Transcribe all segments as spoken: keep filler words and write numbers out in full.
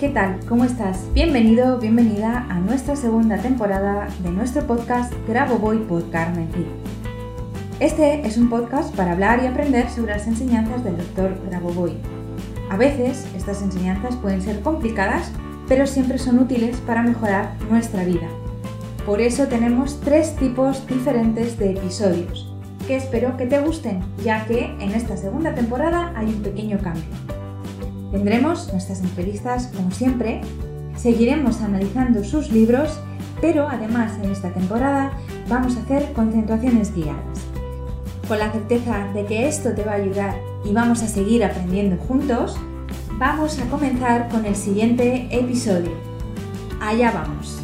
¿qué tal? ¿Cómo estás? Bienvenido, bienvenida a nuestra segunda temporada de nuestro podcast Grabovoi por Carmen Cid. Este es un podcast para hablar y aprender sobre las enseñanzas del doctor Grabovoi. A veces estas enseñanzas pueden ser complicadas, pero siempre son útiles para mejorar nuestra vida. Por eso tenemos tres tipos diferentes de episodios, que espero que te gusten, ya que en esta segunda temporada hay un pequeño cambio. Tendremos nuestras entrevistas como siempre, seguiremos analizando sus libros, pero además en esta temporada vamos a hacer concentraciones guiadas. Con la certeza de que esto te va a ayudar y vamos a seguir aprendiendo juntos, vamos a comenzar con el siguiente episodio. Allá vamos.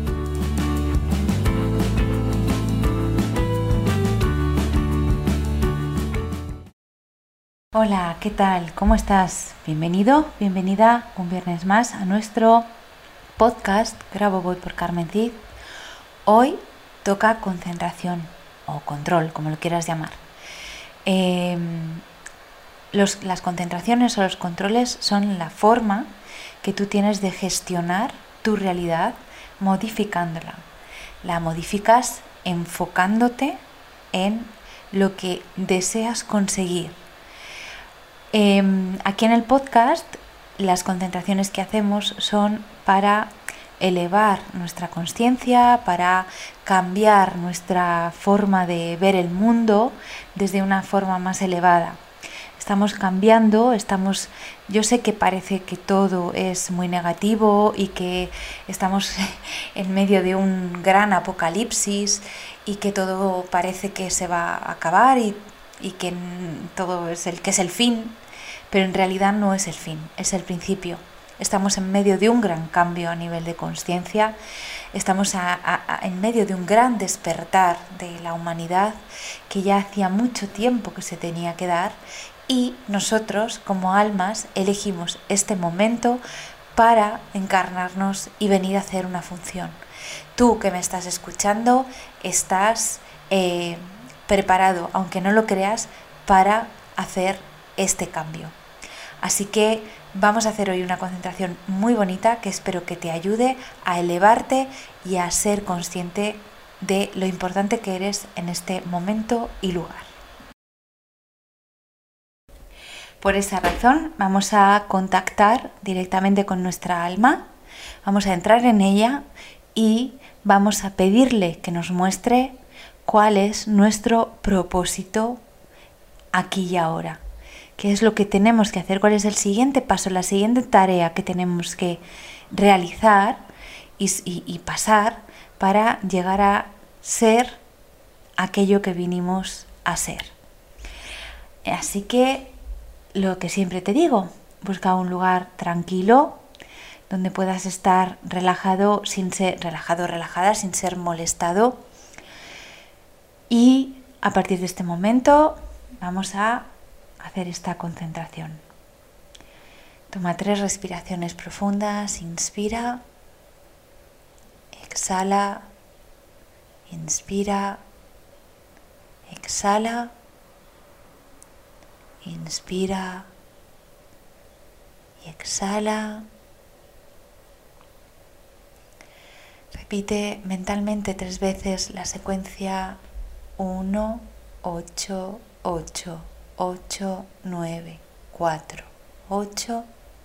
Hola, ¿qué tal? ¿Cómo estás? Bienvenido, bienvenida un viernes más a nuestro podcast Grabovoi por Carmen Cid. Hoy toca concentración o control, como lo quieras llamar. Eh, los, las concentraciones o los controles son la forma que tú tienes de gestionar tu realidad modificándola. La modificas enfocándote en lo que deseas conseguir. Eh, aquí en el podcast las concentraciones que hacemos son para elevar nuestra consciencia, para cambiar nuestra forma de ver el mundo desde una forma más elevada. Estamos cambiando, estamos, yo sé que parece que todo es muy negativo y que estamos en medio de un gran apocalipsis y que todo parece que se va a acabar y, y que todo es el que es el fin. Pero en realidad no es el fin, es el principio. Estamos en medio de un gran cambio a nivel de consciencia, estamos a, a, a, en medio de un gran despertar de la humanidad que ya hacía mucho tiempo que se tenía que dar y nosotros como almas elegimos este momento para encarnarnos y venir a hacer una función. Tú que me estás escuchando estás eh, preparado, aunque no lo creas, para hacer este cambio. Así que vamos a hacer hoy una concentración muy bonita que espero que te ayude a elevarte y a ser consciente de lo importante que eres en este momento y lugar. Por esa razón vamos a contactar directamente con nuestra alma, vamos a entrar en ella y vamos a pedirle que nos muestre cuál es nuestro propósito aquí y ahora. ¿Qué es lo que tenemos que hacer? ¿Cuál es el siguiente paso, la siguiente tarea que tenemos que realizar y, y, y pasar para llegar a ser aquello que vinimos a ser? Así que lo que siempre te digo, busca un lugar tranquilo donde puedas estar relajado, sin ser relajado, relajada, sin ser molestado. Y a partir de este momento vamos a hacer esta concentración. Toma tres respiraciones profundas, inspira, exhala, inspira, exhala, inspira y exhala. Repite mentalmente tres veces la secuencia uno, ocho, ocho. ocho, nueve, cuatro, ocho,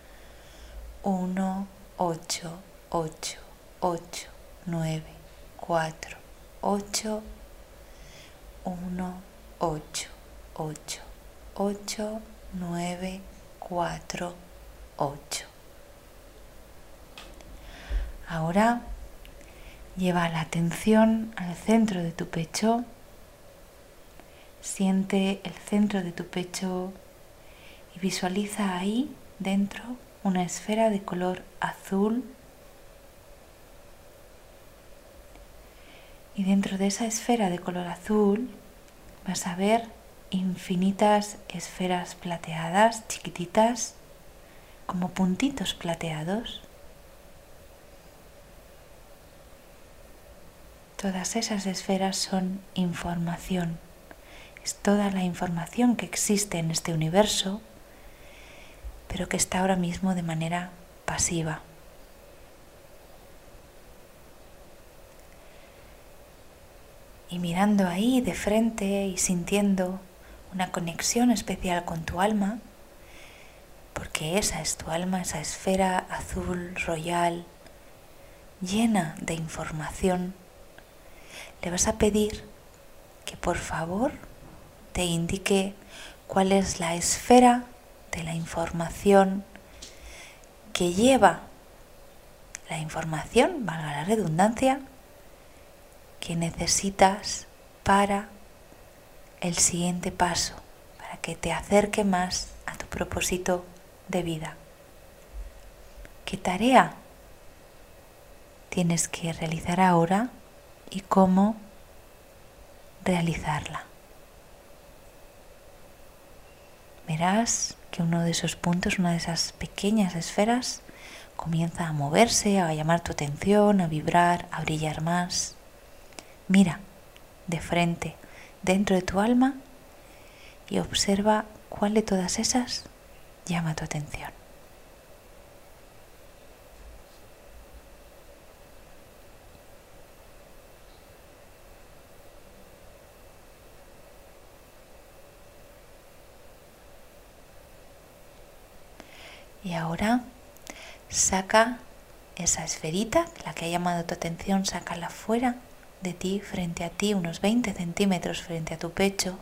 uno, ocho, ocho, ocho, nueve, cuatro, ocho, uno, ocho, ocho, ocho, nueve, cuatro, ocho. Ahora lleva la atención al centro de tu pecho. Siente el centro de tu pecho y visualiza ahí dentro una esfera de color azul. Y dentro de esa esfera de color azul vas a ver infinitas esferas plateadas, chiquititas, como puntitos plateados. Todas esas esferas son información. Es toda la información que existe en este universo, pero que está ahora mismo de manera pasiva. y mirando ahí de frente y sintiendo una conexión especial con tu alma, porque esa es tu alma, esa esfera azul, royal, llena de información, le vas a pedir que por favor te indique cuál es la esfera de la información que lleva la información, valga la redundancia, que necesitas para el siguiente paso, para que te acerque más a tu propósito de vida. ¿Qué tarea tienes que realizar ahora y cómo realizarla? Verás que uno de esos puntos, una de esas pequeñas esferas, comienza a moverse, a llamar tu atención, a vibrar, a brillar más. Mira de frente dentro de tu alma y observa cuál de todas esas llama tu atención. Y ahora saca esa esferita, la que ha llamado tu atención, sácala fuera de ti, frente a ti, unos veinte centímetros frente a tu pecho,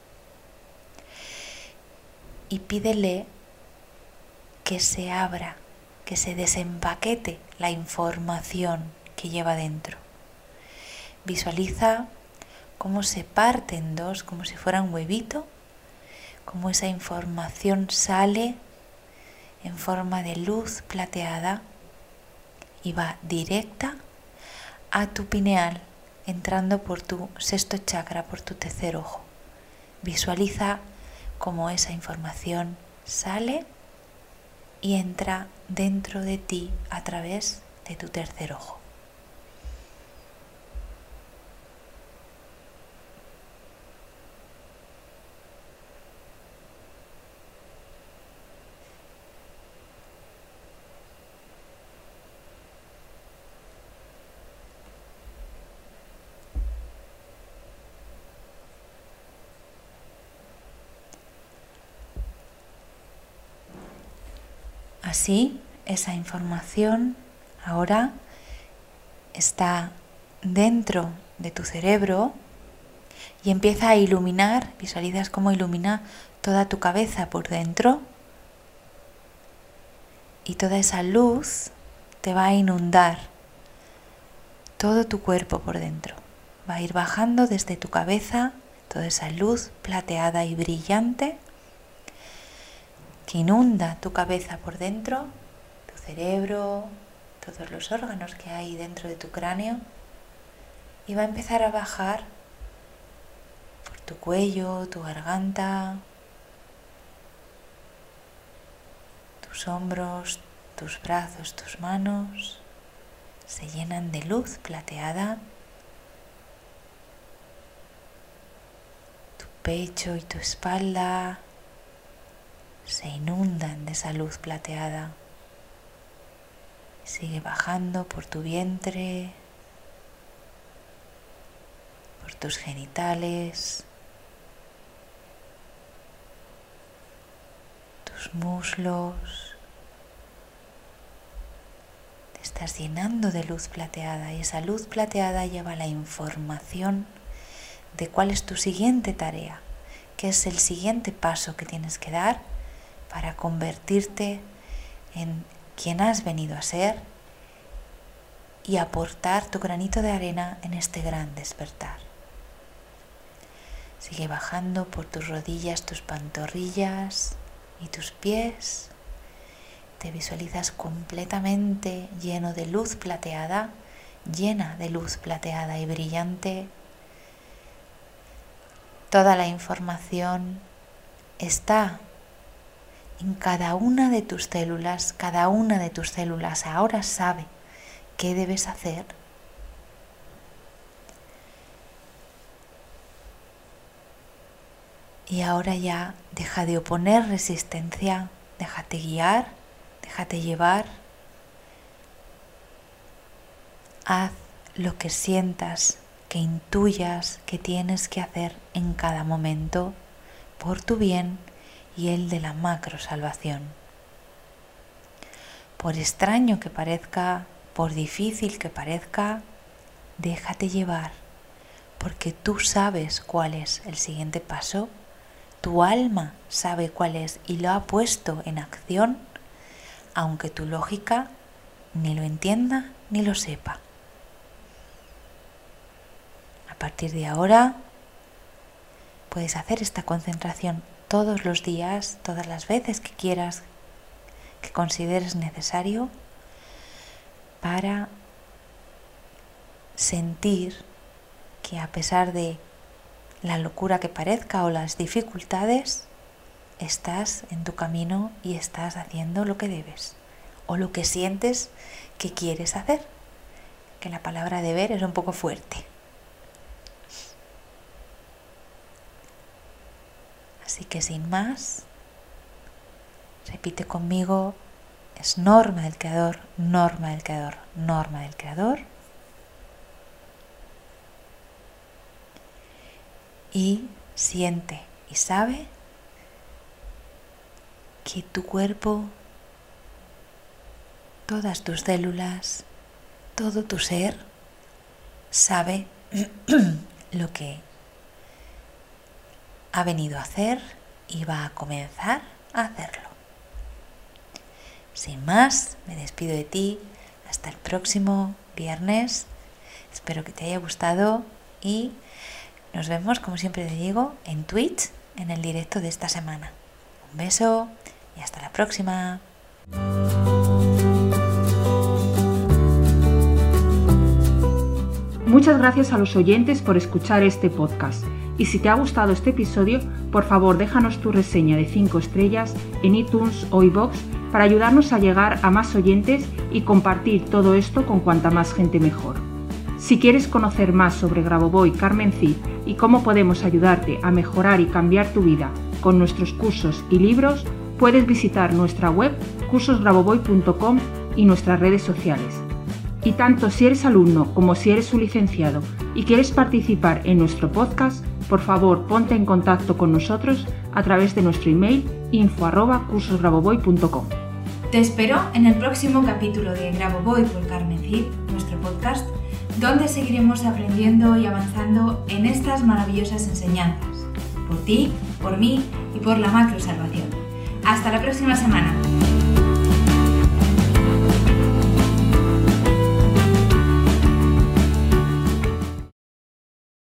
y pídele que se abra, que se desempaquete la información que lleva dentro. Visualiza cómo se parte en dos, como si fuera un huevito, cómo esa información sale en forma de luz plateada y va directa a tu pineal, entrando por tu sexto chakra, por tu tercer ojo. Visualiza cómo esa información sale y entra dentro de ti a través de tu tercer ojo. Así, esa información ahora está dentro de tu cerebro y empieza a iluminar. Visualizas cómo ilumina toda tu cabeza por dentro y toda esa luz te va a inundar todo tu cuerpo por dentro. Va a ir bajando desde tu cabeza toda esa luz plateada y brillante que inunda tu cabeza por dentro, tu cerebro, todos los órganos que hay dentro de tu cráneo, y va a empezar a bajar por tu cuello, tu garganta, tus hombros, tus brazos, tus manos, se llenan de luz plateada, tu pecho y tu espalda se inundan de esa luz plateada. Sigue bajando por tu vientre, por tus genitales, tus muslos. Te estás llenando de luz plateada y esa luz plateada lleva la información de cuál es tu siguiente tarea, qué es el siguiente paso que tienes que dar para convertirte en quien has venido a ser y aportar tu granito de arena en este gran despertar. Sigue bajando por tus rodillas, tus pantorrillas y tus pies. Te visualizas completamente lleno de luz plateada, llena de luz plateada y brillante. Toda la información está en cada una de tus células. Cada una de tus células ahora sabe qué debes hacer. Y ahora ya deja de oponer resistencia, déjate guiar, déjate llevar. Haz lo que sientas que intuyas que tienes que hacer en cada momento por tu bien y el de la macro salvación. Por extraño que parezca, por difícil que parezca, déjate llevar, porque tú sabes cuál es el siguiente paso, tu alma sabe cuál es y lo ha puesto en acción, aunque tu lógica ni lo entienda ni lo sepa. A partir de ahora puedes hacer esta concentración todos los días, todas las veces que quieras, que consideres necesario, para sentir que a pesar de la locura que parezca o las dificultades, estás en tu camino y estás haciendo lo que debes o lo que sientes que quieres hacer, que la palabra deber es un poco fuerte. Así que sin más, repite conmigo, es norma del Creador, norma del Creador, norma del Creador. Y siente y sabe que tu cuerpo, todas tus células, todo tu ser sabe lo que ha venido a hacer y va a comenzar a hacerlo. Sin más, me despido de ti hasta el próximo viernes. Espero que te haya gustado y nos vemos, como siempre te digo, en Twitch en el directo de esta semana. Un beso y hasta la próxima. Muchas gracias a los oyentes por escuchar este podcast. Y si te ha gustado este episodio, por favor déjanos tu reseña de cinco estrellas en iTunes o iVoox para ayudarnos a llegar a más oyentes y compartir todo esto con cuanta más gente mejor. Si quieres conocer más sobre Grabovoi Carmen Cid y cómo podemos ayudarte a mejorar y cambiar tu vida con nuestros cursos y libros, puedes visitar nuestra web cursos grabovoi punto com y nuestras redes sociales. Y tanto si eres alumno como si eres un licenciado y quieres participar en nuestro podcast, por favor ponte en contacto con nosotros a través de nuestro email info arroba cursos grabovoi punto com. Te espero en el próximo capítulo de Grabovoi por Carmen Cid, nuestro podcast, donde seguiremos aprendiendo y avanzando en estas maravillosas enseñanzas, por ti, por mí y por la macro salvación. Hasta la próxima semana.